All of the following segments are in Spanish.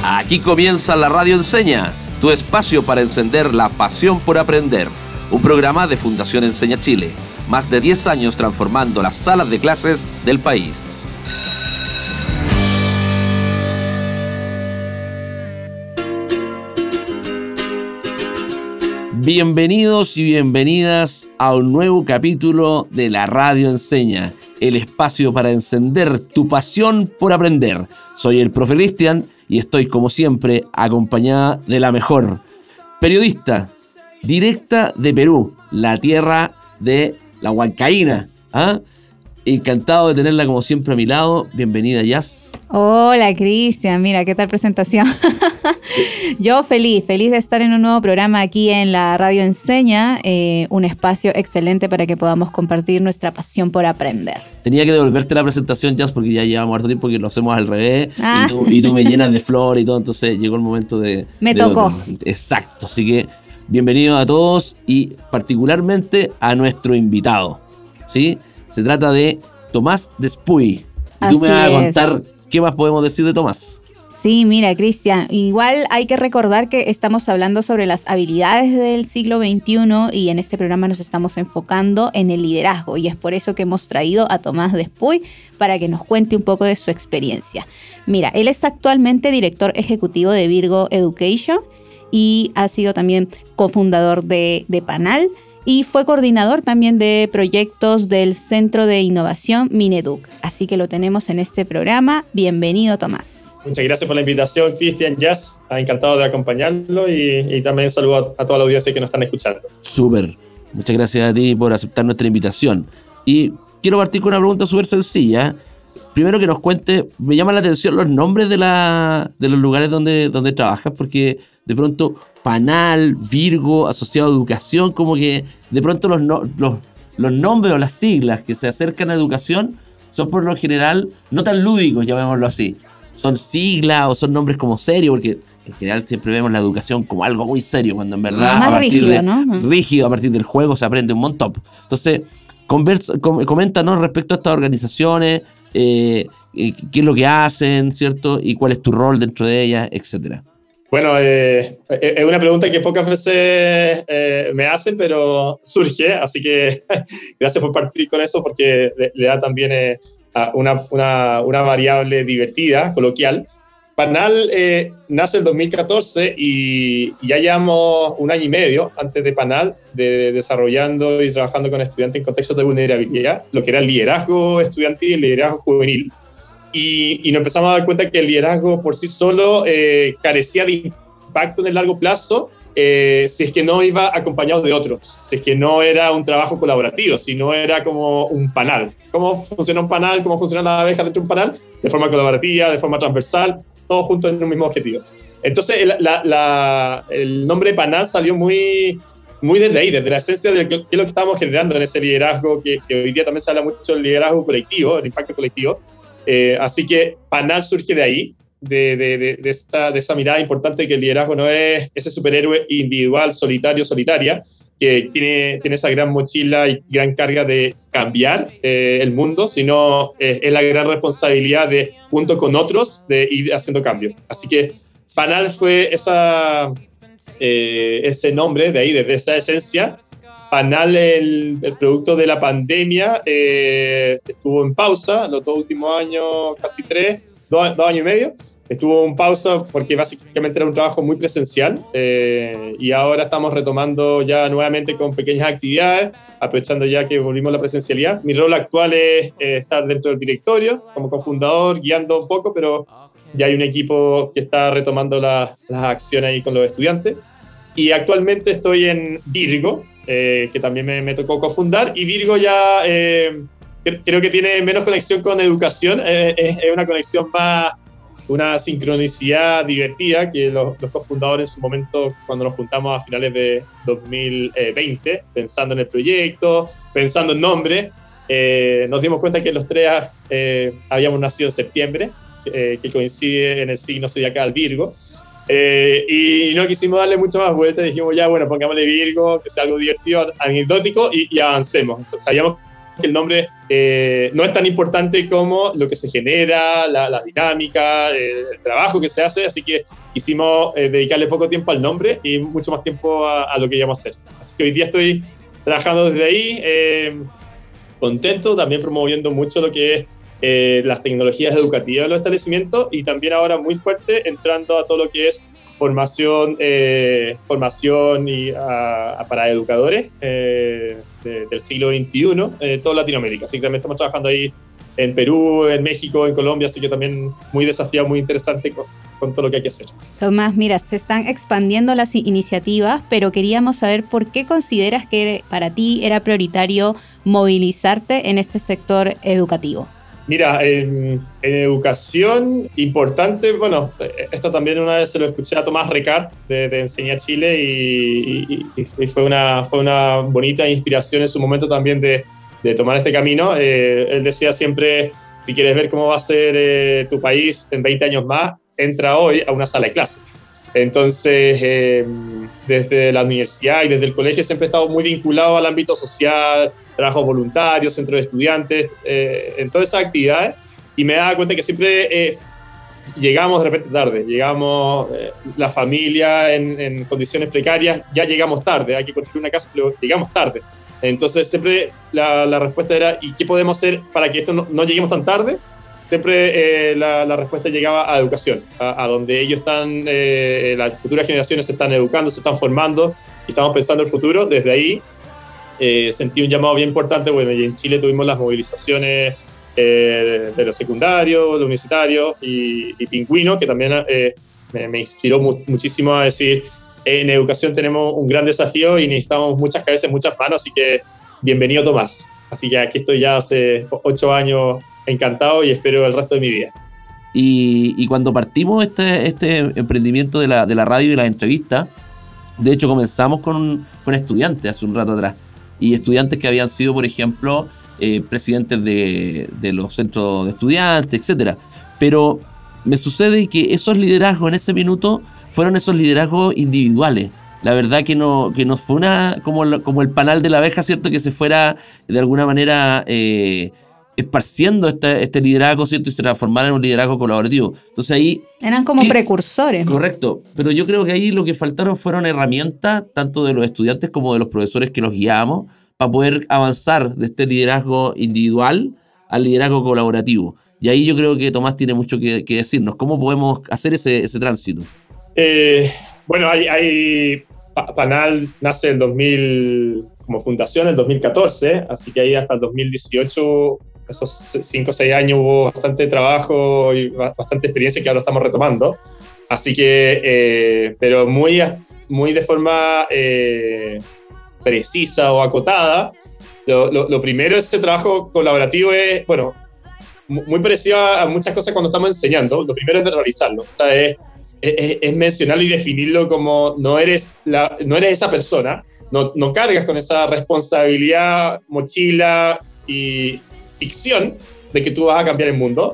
Aquí comienza la Radio Enseña, tu espacio para encender la pasión por aprender. Un programa de Fundación Enseña Chile. Más de 10 años transformando las salas de clases del país. Bienvenidos y bienvenidas a un nuevo capítulo de la Radio Enseña, el espacio para encender tu pasión por aprender. Soy el profe Cristian y estoy como siempre acompañada de la mejor periodista, directa de Perú, la tierra de la huancaína. Encantado de tenerla como siempre a mi lado. Bienvenida, Jazz. Hola, Cristian. Mira, ¿qué tal presentación? Yo feliz de estar en un nuevo programa aquí en la Radio Enseña, un espacio excelente para que podamos compartir nuestra pasión por aprender. Tenía que devolverte la presentación, Jazz, porque ya llevamos harto tiempo que lo hacemos al revés, y tú me llenas de flor y todo, entonces llegó el momento de... Me tocó. Exacto, así que bienvenidos a todos y particularmente a nuestro invitado, ¿sí? Se trata de Tomás Despuy. Y tú me vas a contar qué más podemos decir de Tomás. Sí, mira, Cristian, igual hay que recordar que estamos hablando sobre las habilidades del siglo XXI y en este programa nos estamos enfocando en el liderazgo y es por eso que hemos traído a Tomás Despuy para que nos cuente un poco de su experiencia. Mira, él es actualmente director ejecutivo de Virgo Education y ha sido también cofundador de Panal y fue coordinador también de proyectos del Centro de Innovación Mineduc. Así que lo tenemos en este programa. Bienvenido, Tomás. Muchas gracias por la invitación, Cristian, Jazz. Encantado de acompañarlo y también saludo a toda la audiencia que nos están escuchando. Súper. Muchas gracias a ti por aceptar nuestra invitación. Y quiero partir con una pregunta súper sencilla. Primero que nos cuente, me llaman la atención los nombres de los lugares donde trabajas, porque de pronto Panal, Virgo, asociado a educación, como que de pronto los nombres o las siglas que se acercan a educación son por lo general no tan lúdicos, llamémoslo así. Son siglas o son nombres como serios, porque en general siempre vemos la educación como algo muy serio, cuando en verdad más rígido, ¿no? Rígido, a partir del juego se aprende un montón. Entonces, coméntanos respecto a estas organizaciones, qué es lo que hacen, ¿cierto? Y cuál es tu rol dentro de ellas, etcétera. Bueno, es una pregunta que pocas veces me hacen, pero surge, así que gracias por partir con eso, porque le da también una variable divertida, coloquial. Panal nace en 2014 y ya llevamos un año y medio antes de Panal desarrollando y trabajando con estudiantes en contextos de vulnerabilidad, lo que era el liderazgo estudiantil y el liderazgo juvenil. Y nos empezamos a dar cuenta que el liderazgo por sí solo carecía de impacto en el largo plazo si es que no iba acompañado de otros, si es que no era un trabajo colaborativo, si no era como un panal. ¿Cómo funciona un panal? ¿Cómo funciona la abeja dentro de un panal? De forma colaborativa, de forma transversal, todos juntos en un mismo objetivo. Entonces el nombre panal salió muy desde ahí, desde la esencia de qué es lo que estábamos generando en ese liderazgo, que hoy día también se habla mucho del liderazgo colectivo, el impacto colectivo. Así que Panal surge de ahí, de esa mirada importante que el liderazgo no es ese superhéroe individual, solitaria, que tiene esa gran mochila y gran carga de cambiar el mundo, sino es la gran responsabilidad de, junto con otros, de ir haciendo cambios. Así que Panal fue ese nombre de ahí, desde esa esencia. Panal, el producto de la pandemia, estuvo en pausa los 2 últimos años, casi 2 años y medio. Estuvo en pausa porque básicamente era un trabajo muy presencial y ahora estamos retomando ya nuevamente con pequeñas actividades, aprovechando ya que volvimos a la presencialidad. Mi rol actual es estar dentro del directorio como cofundador, guiando un poco, pero ya hay un equipo que está retomando las acciones ahí con los estudiantes. Y actualmente estoy en Virgo, que también me tocó cofundar, y Virgo ya creo que tiene menos conexión con educación, es una conexión más, una sincronicidad divertida que los cofundadores en su momento, cuando nos juntamos a finales de 2020, pensando en el proyecto, pensando en nombre, nos dimos cuenta que los tres habíamos nacido en septiembre, que coincide en el signo zodiacal Virgo, y no quisimos darle mucho más vuelta, dijimos ya, bueno, pongámosle Virgo, que sea algo divertido, anecdótico, y avancemos. Sabíamos que el nombre no es tan importante como lo que se genera, la dinámica, el trabajo que se hace, así que quisimos dedicarle poco tiempo al nombre y mucho más tiempo a lo que íbamos a hacer. Así que hoy día estoy trabajando desde ahí, contento, también promoviendo mucho lo que es las tecnologías educativas de los establecimientos y también ahora muy fuerte entrando a todo lo que es formación y para educadores del siglo XXI, toda Latinoamérica. Así que también estamos trabajando ahí en Perú, en México, en Colombia, así que también muy desafiado, muy interesante con todo lo que hay que hacer. Tomás, mira, se están expandiendo las iniciativas, pero queríamos saber por qué consideras que para ti era prioritario movilizarte en este sector educativo. Mira, en educación importante, bueno, esto también una vez se lo escuché a Tomás Recart de Enseña Chile y fue una bonita inspiración en su momento también de tomar este camino. Él decía siempre, si quieres ver cómo va a ser tu país en 20 años más, entra hoy a una sala de clase. Entonces, desde la universidad y desde el colegio siempre he estado muy vinculado al ámbito social, trabajos voluntarios, centros de estudiantes, en todas esas actividades, y me daba cuenta que siempre llegamos de repente tarde, llegamos la familia en condiciones precarias, ya llegamos tarde, hay que construir una casa, pero llegamos tarde. Entonces siempre la respuesta era, ¿y qué podemos hacer para que esto no lleguemos tan tarde? Siempre la respuesta llegaba a educación, a donde ellos están, las futuras generaciones se están educando, se están formando, y estamos pensando en el futuro. Desde ahí sentí un llamado bien importante. Bueno, y en Chile tuvimos las movilizaciones de los secundarios, los universitarios y Pingüino, que también me inspiró muchísimo a decir, en educación tenemos un gran desafío y necesitamos muchas cabezas, muchas manos, así que bienvenido Tomás. Así que aquí estoy ya hace 8 años, encantado, y espero el resto de mi vida. Y cuando partimos este emprendimiento de la radio y la entrevista, de hecho comenzamos con estudiantes hace un rato atrás, y estudiantes que habían sido, por ejemplo, presidentes de los centros de estudiantes, etcétera. Pero me sucede que esos liderazgos en ese minuto fueron esos liderazgos individuales. La verdad que no fue como el panal de la abeja, ¿cierto? Que se fuera de alguna manera esparciendo este liderazgo, ¿cierto? Y se transformara en un liderazgo colaborativo. Entonces ahí... Eran como precursores. Correcto. Pero yo creo que ahí lo que faltaron fueron herramientas, tanto de los estudiantes como de los profesores que los guiábamos, para poder avanzar de este liderazgo individual al liderazgo colaborativo. Y ahí yo creo que Tomás tiene mucho que decirnos. ¿Cómo podemos hacer ese tránsito? Bueno, Panal nace el 2000 como fundación, el 2014, así que ahí hasta el 2018, esos 5 o 6 años hubo bastante trabajo y bastante experiencia que ahora estamos retomando. Así que, pero muy de forma precisa o acotada. Lo primero de este trabajo colaborativo es, bueno, muy parecido a muchas cosas cuando estamos enseñando. Lo primero es de realizarlo, o sea, es mencionarlo y definirlo como no eres esa persona, no cargas con esa responsabilidad, mochila y ficción de que tú vas a cambiar el mundo.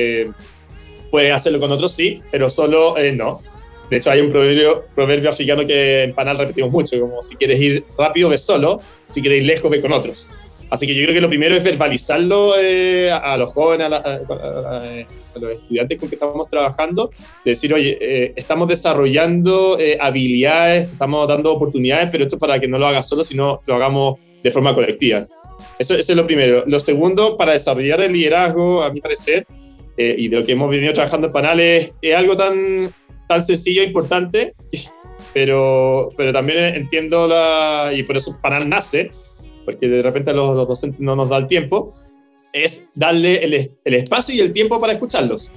Puedes hacerlo con otros, sí, pero solo no. De hecho, hay un proverbio africano que en Panal repetimos mucho, como si quieres ir rápido, ve solo, si quieres ir lejos, ve con otros. Así que yo creo que lo primero es verbalizarlo a los jóvenes, a los estudiantes con que estamos trabajando, decir, oye, estamos desarrollando habilidades, estamos dando oportunidades, pero esto es para que no lo hagas solo, sino lo hagamos de forma colectiva. Eso es lo primero. Lo segundo, para desarrollar el liderazgo, a mi parecer, y de lo que hemos venido trabajando en Panal, es algo tan sencillo e importante, pero también entiendo y por eso Panal nace, porque de repente a los docentes no nos da el tiempo, es darle el espacio y el tiempo para escucharlos.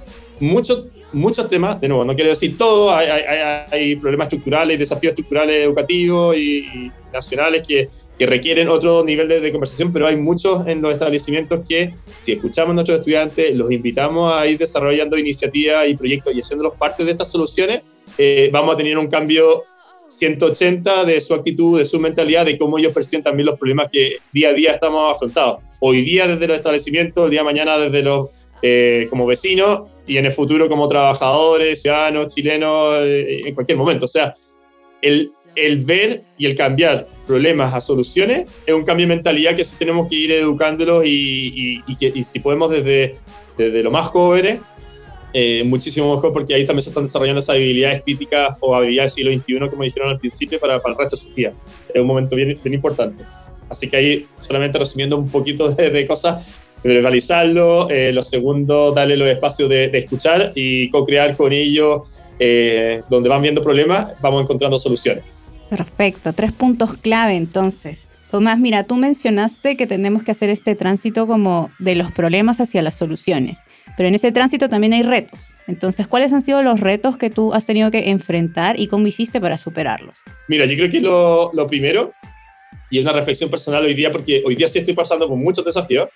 Muchos temas, de nuevo, no quiero decir todo, hay problemas estructurales, desafíos estructurales educativos y nacionales que requieren otro nivel de conversación, pero hay muchos en los establecimientos que, si escuchamos a nuestros estudiantes, los invitamos a ir desarrollando iniciativas y proyectos y haciéndolos parte de estas soluciones, vamos a tener un cambio 180 de su actitud, de su mentalidad, de cómo ellos perciben también los problemas que día a día estamos afrontados. Hoy día desde los establecimientos, el día de mañana desde los como vecinos y en el futuro como trabajadores, ciudadanos, chilenos, en cualquier momento. O sea, el ver y el cambiar problemas a soluciones es un cambio de mentalidad que sí tenemos que ir educándolos y si podemos desde lo más jóvenes, muchísimo mejor, porque ahí también se están desarrollando esas habilidades críticas o habilidades del siglo XXI, como dijeron al principio, para el resto de sus días. Es un momento bien importante. Así que ahí, solamente resumiendo un poquito de cosas, de realizarlo. Lo segundo, darle los espacios de escuchar y co-crear con ellos, donde van viendo problemas, vamos encontrando soluciones. Perfecto, 3 puntos clave entonces. Tomás, mira, tú mencionaste que tenemos que hacer este tránsito como de los problemas hacia las soluciones, pero en ese tránsito también hay retos. Entonces, ¿cuáles han sido los retos que tú has tenido que enfrentar y cómo hiciste para superarlos? Mira, yo creo que lo primero, y es una reflexión personal hoy día, porque hoy día sí estoy pasando por muchos desafíos,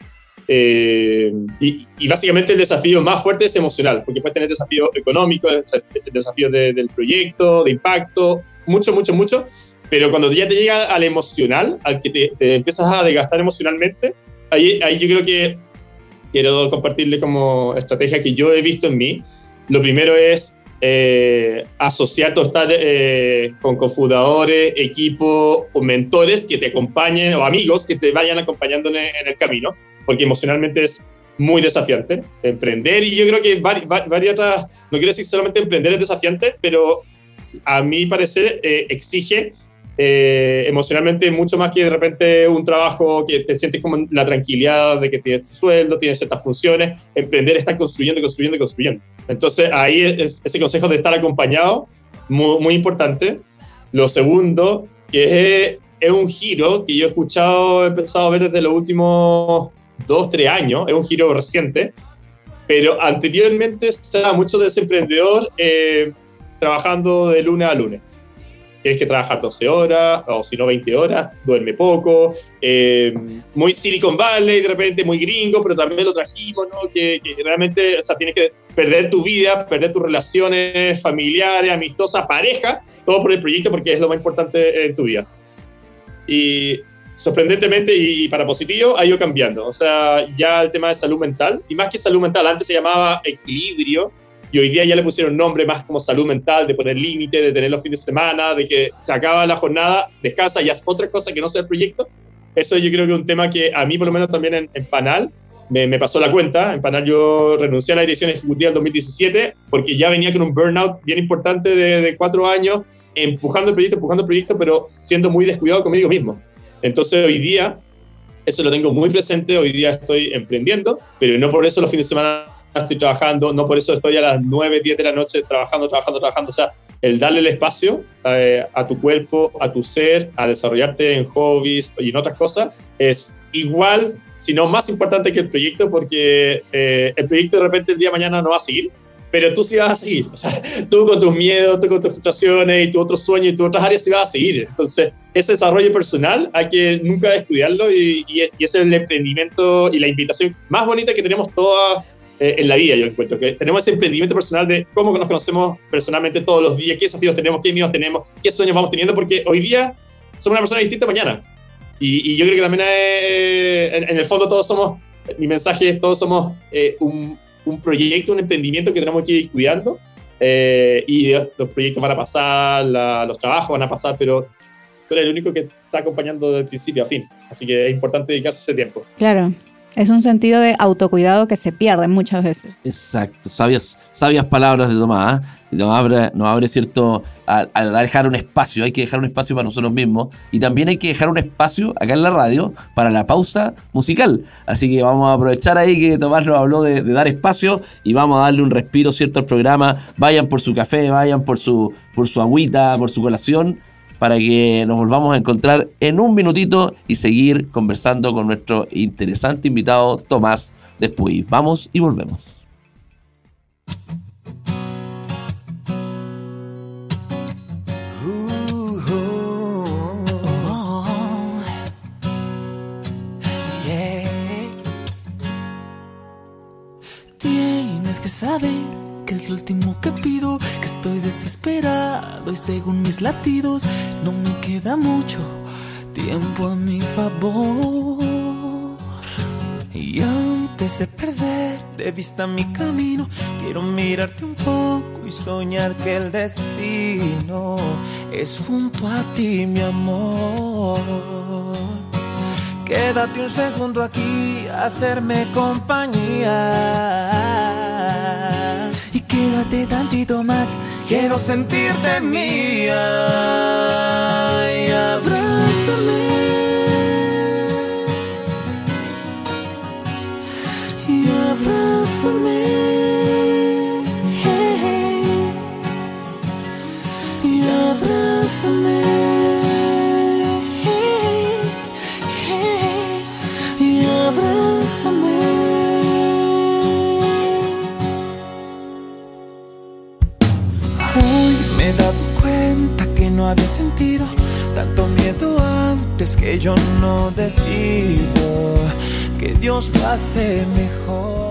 y básicamente el desafío más fuerte es emocional, porque puedes tener desafíos económicos, desafíos del proyecto, de impacto, mucho, pero cuando ya te llega al emocional, al que te empiezas a desgastar emocionalmente, ahí yo creo que quiero compartirle como estrategia que yo he visto en mí. Lo primero es asociar o estar con cofundadores, equipos o mentores que te acompañen, o amigos que te vayan acompañando en el camino, porque emocionalmente es muy desafiante emprender, y yo creo que varias otras, no quiero decir solamente emprender es desafiante, pero a mi parecer exige emocionalmente mucho más que de repente un trabajo que te sientes como la tranquilidad de que tienes tu sueldo, tienes ciertas funciones. Emprender está construyendo. Entonces ahí ese consejo de estar acompañado, muy, muy importante. Lo segundo, que es un giro que yo he empezado a ver desde los últimos 2-3 años, es un giro reciente, pero anteriormente se daba mucho de ese emprendedor trabajando de lunes a lunes. Tienes que trabajar 12 horas, o si no 20 horas, duerme poco, muy Silicon Valley, de repente muy gringo, pero también lo trajimos, ¿no? Que realmente, o sea, tienes que perder tu vida, perder tus relaciones familiares, amistosas, pareja, todo por el proyecto, porque es lo más importante en tu vida. Y sorprendentemente y para positivo, ha ido cambiando. O sea, ya el tema de salud mental, y más que salud mental, antes se llamaba equilibrio, y hoy día ya le pusieron nombre más como salud mental, de poner límites, de tener los fines de semana, de que se acaba la jornada, descansa y haz otra cosa que no sea el proyecto. Eso yo creo que es un tema que a mí, por lo menos también en Panal, me pasó la cuenta. En Panal yo renuncié a la dirección ejecutiva en 2017 porque ya venía con un burnout bien importante de 4 años, empujando el proyecto, pero siendo muy descuidado conmigo mismo. Entonces hoy día, eso lo tengo muy presente. Hoy día estoy emprendiendo, pero no por eso los fines de semana estoy trabajando, no por eso estoy a las 9, 10 de la noche trabajando. O sea, el darle el espacio a tu cuerpo, a tu ser, a desarrollarte en hobbies y en otras cosas, es igual, si no más importante que el proyecto, porque el proyecto de repente el día de mañana no va a seguir, pero tú sí vas a seguir. O sea, tú con tus miedos, tú con tus frustraciones y tus otros sueños y tus otras áreas sí vas a seguir. Entonces, ese desarrollo personal hay que nunca descuidarlo, y ese es el emprendimiento y la invitación más bonita que tenemos todas en la vida. Yo encuentro que tenemos ese emprendimiento personal de cómo nos conocemos personalmente todos los días, qué desafíos tenemos, qué miedos tenemos, qué sueños vamos teniendo, porque hoy día somos una persona distinta mañana. Y yo creo que también en el fondo todos somos, mi mensaje es, todos somos un proyecto, un emprendimiento que tenemos que ir cuidando, y los proyectos van a pasar, los trabajos van a pasar, pero tú eres el único que está acompañando de principio a fin. Así que es importante dedicarse ese tiempo. Claro. Es un sentido de autocuidado que se pierde muchas veces. Exacto, sabias palabras de Tomás, ¿eh? Nos abre cierto, al dejar un espacio. Hay que dejar un espacio para nosotros mismos, y también hay que dejar un espacio acá en la radio para la pausa musical. Así que vamos a aprovechar ahí que Tomás nos habló de dar espacio, y vamos a darle un respiro, ¿cierto?, al programa. Vayan por su café, vayan por su agüita, por su colación, para que nos volvamos a encontrar en un minutito y seguir conversando con nuestro interesante invitado Tomás Despuy. Vamos y volvemos. Tienes que saber que es lo último que pido, que estoy desesperado y según mis latidos no me queda mucho tiempo a mi favor. Y antes de perder de vista mi camino, quiero mirarte un poco y soñar que el destino es junto a ti, mi amor. Quédate un segundo aquí a hacerme compañía. Y quédate tantito más, quiero sentirte mía. Y abrázame. Y abrázame. Hey. Y abrázame. Abrázame. Hoy me he dado cuenta que no había sentido tanto miedo antes, que yo no decido, que Dios lo hace mejor.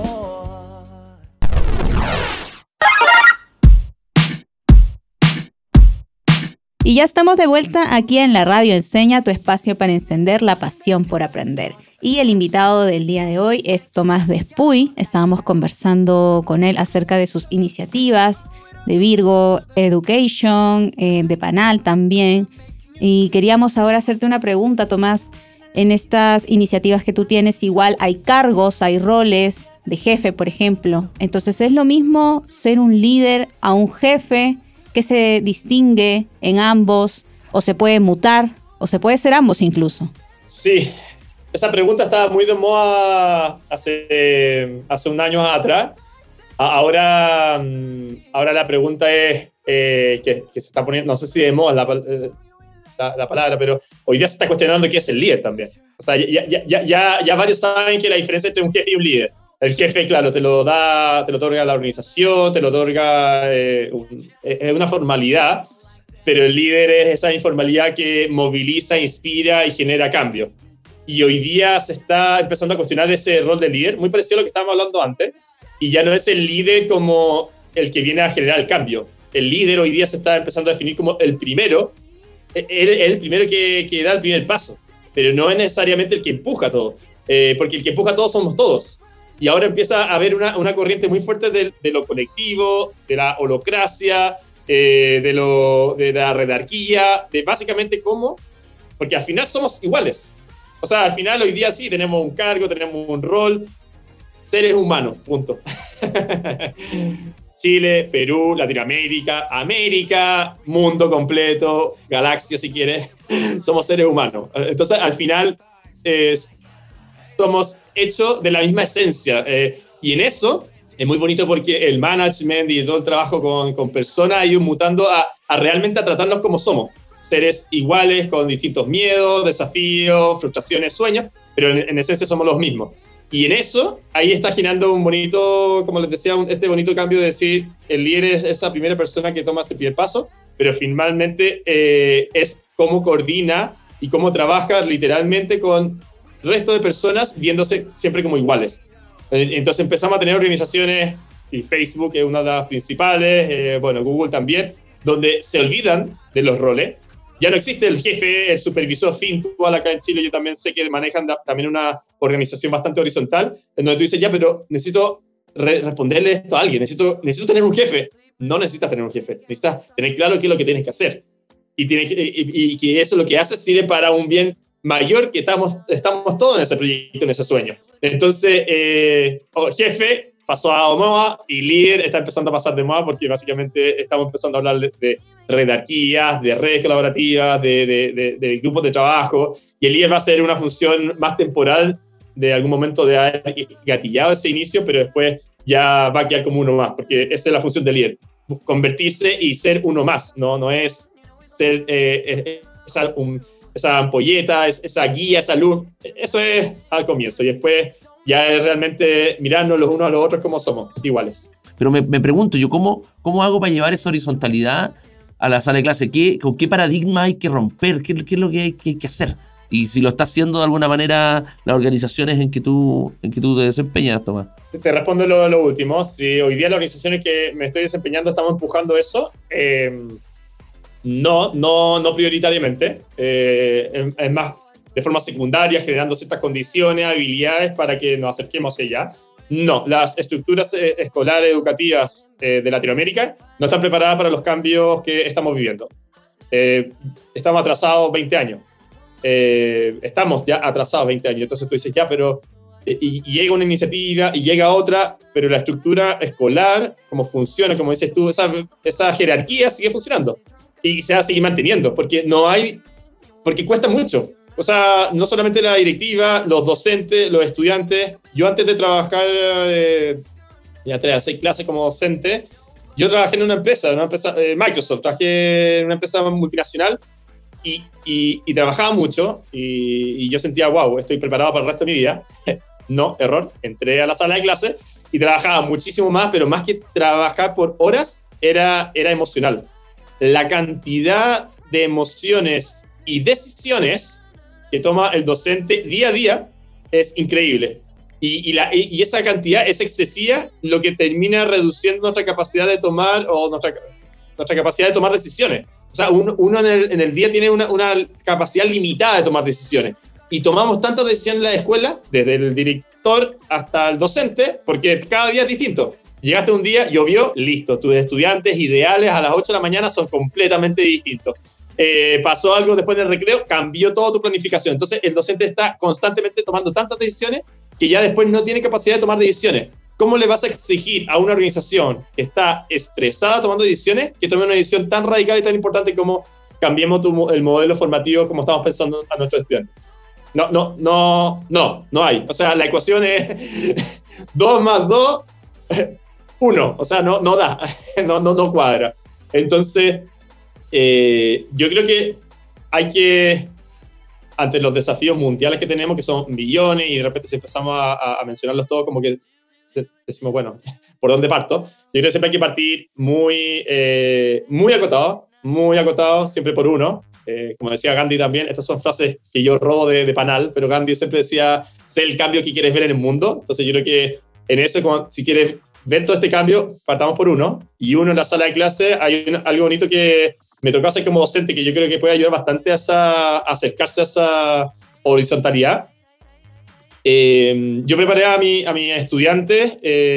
Y ya estamos de vuelta aquí en la Radio Enseña, tu espacio para encender la pasión por aprender. Y el invitado del día de hoy es Tomás Despuy. Estábamos conversando con él acerca de sus iniciativas, de Virgo Education, de Panal también. Y queríamos ahora hacerte una pregunta, Tomás. En estas iniciativas que tú tienes, igual hay cargos, hay roles de jefe, por ejemplo. Entonces, ¿es lo mismo ser un líder a un jefe? ¿Qué se distingue en ambos? ¿O se puede mutar? ¿O se puede ser ambos incluso? Sí, esa pregunta estaba muy de moda hace un año atrás. Ahora la pregunta es, que se está poniendo, no sé si de moda la palabra, pero hoy día se está cuestionando qué es el líder también. O sea, ya varios saben que la diferencia entre un jefe y un líder. El jefe, claro, te lo otorga la organización, te lo otorga, es una formalidad, pero el líder es esa informalidad que moviliza, inspira y genera cambio. Y hoy día se está empezando a cuestionar ese rol de líder, muy parecido a lo que estábamos hablando antes, y ya no es el líder como el que viene a generar el cambio. El líder hoy día se está empezando a definir como el primero, el primero que da el primer paso, pero no es necesariamente el que empuja todo, porque el que empuja todo somos todos. Y ahora empieza a haber una corriente muy fuerte de lo colectivo, de la holocracia, de la redarquía, de básicamente cómo, porque al final somos iguales. O sea, al final hoy día sí tenemos un cargo, tenemos un rol, seres humanos, punto. Chile, Perú, Latinoamérica, América, mundo completo, galaxia si quieres, somos seres humanos. Entonces al final somos hechos de la misma esencia, y en eso es muy bonito porque el management y todo el trabajo con personas ha ido mutando a realmente a tratarnos como somos, seres iguales con distintos miedos, desafíos, frustraciones, sueños, pero en esencia somos los mismos. Y en eso, ahí está generando un bonito, como les decía, este bonito cambio de decir, el líder es esa primera persona que toma ese primer paso, pero finalmente es cómo coordina y cómo trabaja literalmente con el resto de personas viéndose siempre como iguales. Entonces empezamos a tener organizaciones, y Facebook es una de las principales, bueno, Google también, donde se olvidan de los roles. Ya no existe el jefe, el supervisor fin. Acá en Chile yo también sé que manejan también una organización bastante horizontal, en donde tú dices, ya, pero necesito responderle esto a alguien, necesito tener un jefe. No necesitas tener un jefe, necesitas tener claro qué es lo que tienes que hacer. Y que eso lo que hace sirve para un bien mayor, que estamos todos en ese proyecto, en ese sueño. Entonces, jefe pasó a moda y líder está empezando a pasar de moda porque básicamente estamos empezando a hablar de redarquías, de redes colaborativas, de grupos de trabajo, y el líder va a ser una función más temporal de algún momento de haber gatillado ese inicio, pero después ya va a quedar como uno más, porque esa es la función del líder, convertirse y ser uno más, no es ser esa ampolleta, esa guía, esa luz. Eso es al comienzo, y después ya es realmente mirarnos los unos a los otros como somos, iguales. Pero me pregunto yo, ¿cómo hago para llevar esa horizontalidad a la sala de clase? ¿Con qué paradigma hay que romper? ¿Qué es lo que hay que hacer? Y si lo está haciendo de alguna manera las organizaciones en que tú te desempeñas, Tomás. Te respondo lo último. Si hoy día las organizaciones que me estoy desempeñando estamos empujando eso, no prioritariamente. Es más de forma secundaria, generando ciertas condiciones, habilidades para que nos acerquemos hacia allá. No, las estructuras escolares educativas de Latinoamérica no están preparadas para los cambios que estamos viviendo. Estamos atrasados 20 años. Estamos ya atrasados 20 años. Entonces tú dices, ya, pero... y llega una iniciativa y llega otra, pero la estructura escolar, como funciona, como dices tú, esa jerarquía sigue funcionando. Y se va a seguir manteniendo, porque porque cuesta mucho. O sea, no solamente la directiva, los docentes, los estudiantes. Yo antes de trabajar, ya 6 clases como docente, yo trabajé en una empresa Microsoft, trabajé en una empresa multinacional y trabajaba mucho y yo sentía, wow, estoy preparado para el resto de mi vida. No, error, entré a la sala de clase y trabajaba muchísimo más, pero más que trabajar por horas, era emocional. La cantidad de emociones y decisiones que toma el docente día a día es increíble. Y esa cantidad es excesiva, lo que termina reduciendo nuestra capacidad de tomar nuestra capacidad de tomar decisiones. O sea, uno en el día tiene una capacidad limitada de tomar decisiones. Y tomamos tantas decisiones en la escuela, desde el director hasta el docente, porque cada día es distinto. Llegaste un día, llovió, listo. Tus estudiantes ideales a las 8 de la mañana son completamente distintos. Pasó algo después del recreo, cambió toda tu planificación. Entonces, el docente está constantemente tomando tantas decisiones que ya después no tiene capacidad de tomar decisiones. ¿Cómo le vas a exigir a una organización que está estresada tomando decisiones que tome una decisión tan radical y tan importante como cambiemos el modelo formativo como estamos pensando a nuestros estudiantes? No hay. O sea, la ecuación es 2 más 2, 1. O sea, no da, no cuadra. Entonces, yo creo que hay que, ante los desafíos mundiales que tenemos, que son millones, y de repente si empezamos a mencionarlos todos, como que decimos, bueno, ¿por dónde parto? Yo creo que siempre hay que partir muy acotado, siempre por uno. Como decía Gandhi también, estas son frases que yo robo de Panal, pero Gandhi siempre decía, sé el cambio que quieres ver en el mundo. Entonces yo creo que en eso, si quieres ver todo este cambio, partamos por uno. Y uno en la sala de clase, hay algo bonito que me tocó hacer como docente, que yo creo que puede ayudar bastante a acercarse a esa horizontalidad. Yo preparé a mi estudiante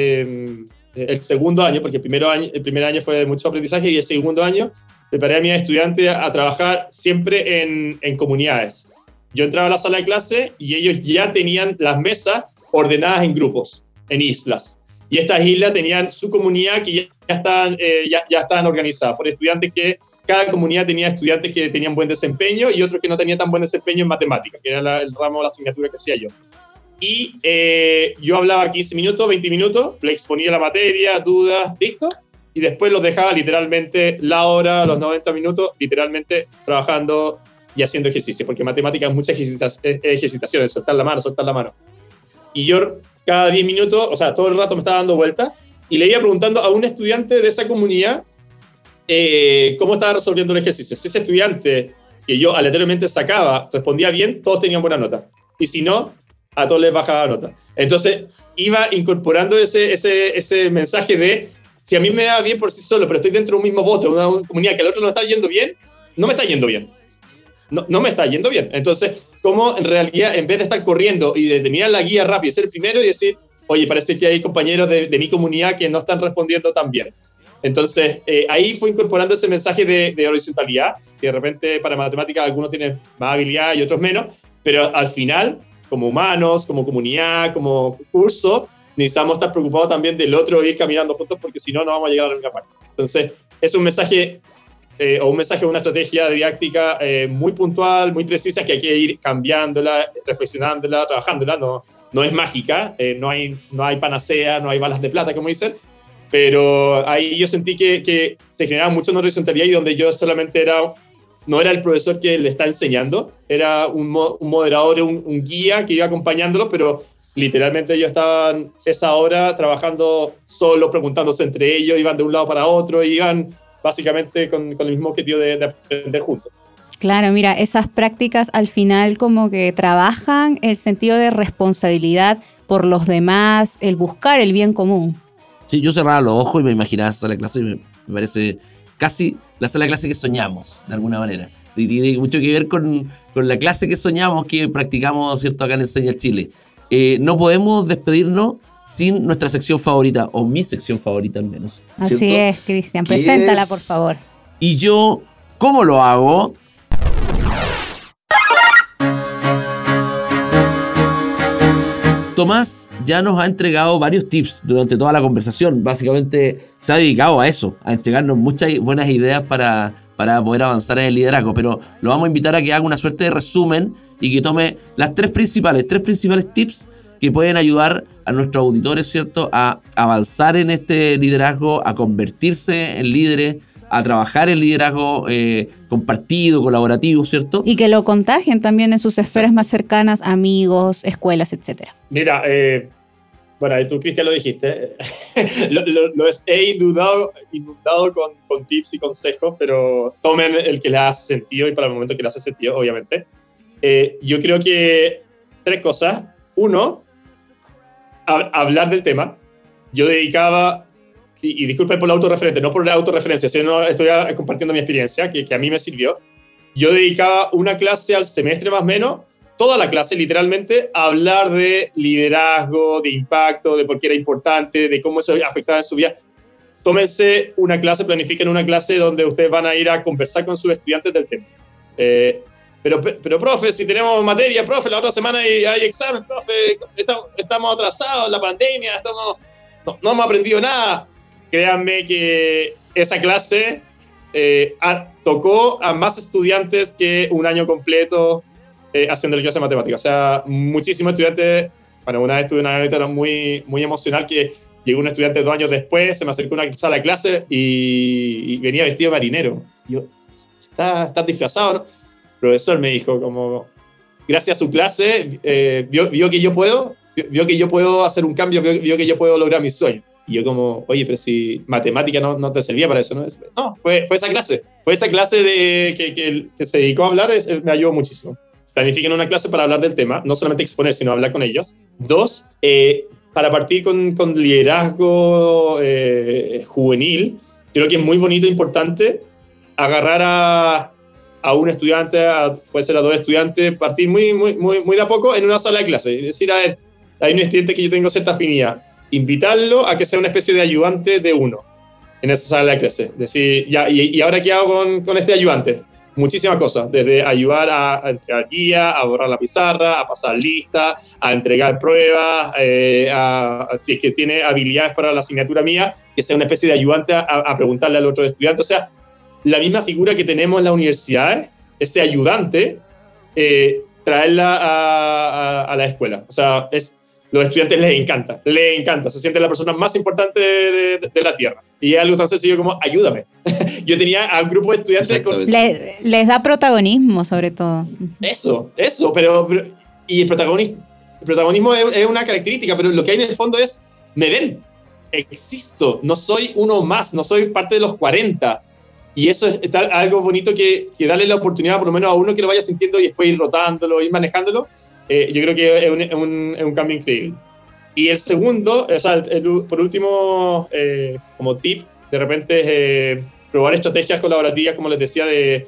el segundo año, porque el primer año fue de mucho aprendizaje, y el segundo año preparé a mis estudiantes a trabajar siempre en comunidades. Yo entraba a la sala de clase y ellos ya tenían las mesas ordenadas en grupos, en islas. Y estas islas tenían su comunidad que ya estaban organizadas por estudiantes que cada comunidad tenía estudiantes que tenían buen desempeño y otros que no tenían tan buen desempeño en matemáticas, que era el ramo de la asignatura que hacía yo. Y yo hablaba 15 minutos, 20 minutos, le exponía la materia, dudas, listo. Y después los dejaba literalmente la hora, los 90 minutos, literalmente trabajando y haciendo ejercicio, porque matemáticas es muchas ejercitaciones, soltar la mano. Y yo cada 10 minutos, o sea, todo el rato me estaba dando vueltas y le iba preguntando a un estudiante de esa comunidad cómo estaba resolviendo el ejercicio. Si ese estudiante que yo aleatoriamente sacaba respondía bien, todos tenían buena nota. Y si no, a todos les bajaba nota. Entonces iba incorporando ese mensaje de, si a mí me da bien por sí solo, pero estoy dentro de un mismo bote, una comunidad que al otro no está yendo bien, no me está yendo bien. No me está yendo bien. Entonces, ¿cómo en realidad, en vez de estar corriendo y de terminar la guía rápido, ser el primero y decir, oye, parece que hay compañeros de mi comunidad que no están respondiendo tan bien? Entonces, ahí fue incorporando ese mensaje de horizontalidad, que de repente para matemáticas algunos tienen más habilidad y otros menos, pero al final, como humanos, como comunidad, como curso, necesitamos estar preocupados también del otro e ir caminando juntos, porque si no, no vamos a llegar a la misma parte. Entonces, es un mensaje o una estrategia didáctica muy puntual, muy precisa, que hay que ir cambiándola, reflexionándola, trabajándola. No es mágica, no hay panacea, no hay balas de plata, como dicen, pero ahí yo sentí que se generaba mucho una horizontalidad y donde yo solamente no era el profesor que le está enseñando, era un moderador, un guía que iba acompañándolo, pero literalmente ellos estaban esa hora trabajando solo, preguntándose entre ellos, iban de un lado para otro, iban básicamente con el mismo objetivo de aprender juntos. Claro, mira, esas prácticas al final como que trabajan el sentido de responsabilidad por los demás, el buscar el bien común. Sí, yo cerraba los ojos y me imaginaba esa sala de clase y me parece casi la sala de clase que soñamos, de alguna manera. Y tiene mucho que ver con la clase que soñamos, que practicamos, ¿cierto?, acá en Enseña Chile. No podemos despedirnos sin nuestra sección favorita, o mi sección favorita al menos. Así ¿cierto? es, Cristian. Que Preséntala, es- por favor. Y yo, ¿cómo lo hago? Tomás ya nos ha entregado varios tips durante toda la conversación. Básicamente se ha dedicado a eso, a entregarnos muchas buenas ideas para poder avanzar en el liderazgo. Pero lo vamos a invitar a que haga una suerte de resumen y que tome las tres principales tips que pueden ayudar a nuestros auditores, ¿cierto?, a avanzar en este liderazgo, a convertirse en líderes, a trabajar en liderazgo compartido, colaborativo, ¿cierto? Y que lo contagien también en sus esferas más cercanas, amigos, escuelas, etcétera. Mira, bueno, tú, Cristian, lo dijiste. He inundado con tips y consejos, pero tomen el que les hace sentido y para el momento que les hace sentido, obviamente. Yo creo que 3 cosas. 1, hablar del tema. Yo dedicaba, y disculpen por la autorreferente, no por la autorreferencia, sino estoy compartiendo mi experiencia, que a mí me sirvió. Yo dedicaba una clase al semestre más o menos, toda la clase literalmente, a hablar de liderazgo, de impacto, de por qué era importante, de cómo eso afectaba en su vida. Tómense una clase, planifiquen una clase donde ustedes van a ir a conversar con sus estudiantes del tema. Pero profe, si tenemos materia, profe, la otra semana hay examen, profe, estamos atrasados, la pandemia, no hemos aprendido nada. Créanme que esa clase tocó a más estudiantes que un año completo haciendo la clase de matemáticas. O sea, muchísimos estudiantes. Bueno, una vez tuve una anécdota muy, muy emocional que llegó un estudiante 2 años después, se me acercó a una sala de clase y venía vestido de marinero. Y yo, ¿estás disfrazado, no? El profesor me dijo, como, gracias a su clase, vio que yo puedo hacer un cambio, vio que yo puedo lograr mis sueños. Y yo como, oye, pero si matemática no te servía para eso, ¿no? No, fue esa clase. Fue esa clase que se dedicó a hablar, me ayudó muchísimo. Planifiquen una clase para hablar del tema, no solamente exponer, sino hablar con ellos. 2, para partir con liderazgo juvenil, creo que es muy bonito e importante agarrar a un estudiante, puede ser a 2 estudiantes, partir muy de a poco en una sala de clase. Es decir, a ver, hay un estudiante que yo tengo cierta afinidad, invitarlo a que sea una especie de ayudante de uno en esa sala de clase. Decir, ya, ¿y ahora qué hago con este ayudante? Muchísimas cosas, desde ayudar a entregar guía, a borrar la pizarra, a pasar lista, a entregar pruebas, si es que tiene habilidades para la asignatura mía, que sea una especie de ayudante a preguntarle al otro estudiante. O sea, la misma figura que tenemos en las universidades, ese ayudante, traerla a la escuela. O sea, los estudiantes les encanta, se siente la persona más importante de la Tierra. Y es algo tan sencillo como, ayúdame. Yo tenía a un grupo de estudiantes con... Les da protagonismo, sobre todo. Eso, pero y el protagonismo es una característica, pero lo que hay en el fondo es, me ven, existo, no soy uno más, no soy parte de los 40. Y eso es algo bonito que darle la oportunidad por lo menos a uno que lo vaya sintiendo y después ir rotándolo, ir manejándolo. Yo creo que es un cambio increíble. Y el segundo, o sea, por último, como tip, de repente probar estrategias colaborativas, como les decía,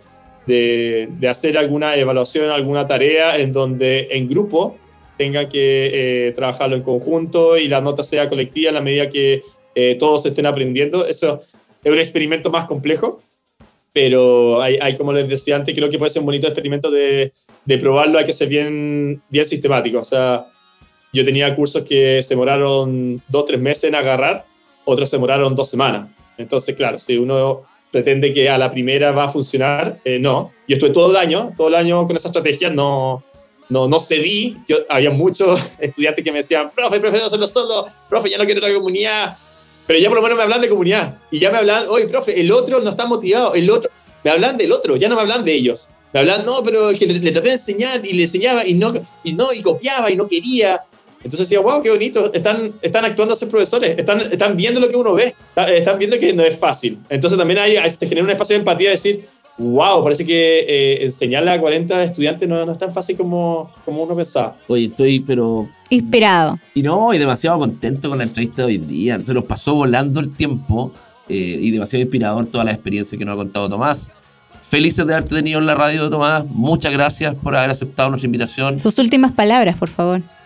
de hacer alguna evaluación, alguna tarea en donde en grupo tenga que trabajarlo en conjunto y la nota sea colectiva en la medida que todos estén aprendiendo. Eso es un experimento más complejo, pero hay, como les decía antes, creo que puede ser un bonito experimento de probarlo. Hay que ser bien sistemático. O sea, yo tenía cursos que se demoraron 2-3 meses en agarrar, otros se demoraron 2 semanas. Entonces, claro, si uno pretende que a la primera va a funcionar, no. Yo estuve todo el año con esa estrategia, no cedí. Había muchos estudiantes que me decían, profe, prefiero hacerlo solo, profe, ya no quiero la comunidad. Pero ya por lo menos me hablan de comunidad. Y ya me hablan, oye, profe, el otro no está motivado, me hablan del otro, ya no me hablan de ellos. Me hablan, no, pero es que le traté de enseñar y le enseñaba y copiaba y no quería. Entonces decía, wow, qué bonito, están actuando a ser profesores, están viendo lo que uno ve, están viendo que no es fácil. Entonces también se genera un espacio de empatía de decir, wow, parece que enseñarle a 40 estudiantes no es tan fácil como uno pensaba. Oye, estoy pero... inspirado. Y demasiado contento con la entrevista de hoy día. Se nos pasó volando el tiempo y demasiado inspirador toda la experiencia que nos ha contado Tomás. Felices de haberte tenido en la radio, Tomás. Muchas gracias por haber aceptado nuestra invitación. Sus últimas palabras, por favor.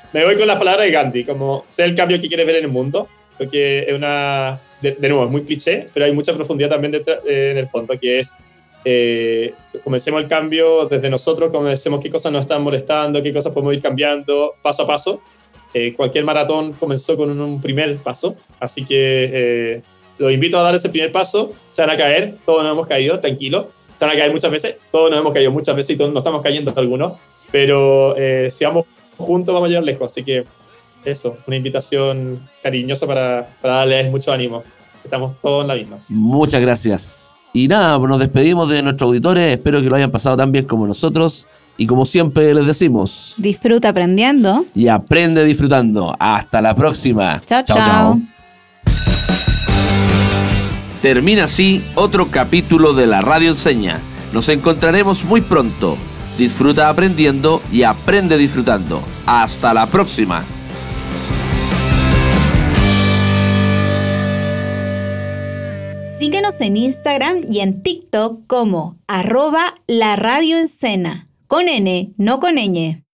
me voy con las palabras de Gandhi, como sé el cambio que quieres ver en el mundo, porque es una, de nuevo, es muy cliché, pero hay mucha profundidad también en el fondo, que es, comencemos el cambio desde nosotros, comencemos qué cosas nos están molestando, qué cosas podemos ir cambiando paso a paso. Cualquier maratón comenzó con un primer paso, así que los invito a dar ese primer paso. Se van a caer, todos nos hemos caído, tranquilo. Se van a caer muchas veces, todos nos hemos caído muchas veces y todos nos estamos cayendo algunos, pero si vamos juntos vamos a llegar lejos, así que eso, una invitación cariñosa para darles mucho ánimo. Estamos todos en la misma. Muchas gracias. Y nada, nos despedimos de nuestros auditores. Espero que lo hayan pasado tan bien como nosotros. Y como siempre les decimos, disfruta aprendiendo y aprende disfrutando. Hasta la próxima. Chao, chao. Termina así otro capítulo de La Radio Enseña. Nos encontraremos muy pronto. Disfruta aprendiendo y aprende disfrutando. Hasta la próxima. Síguenos en Instagram y en TikTok como @laradioencena, con N, no con ñ.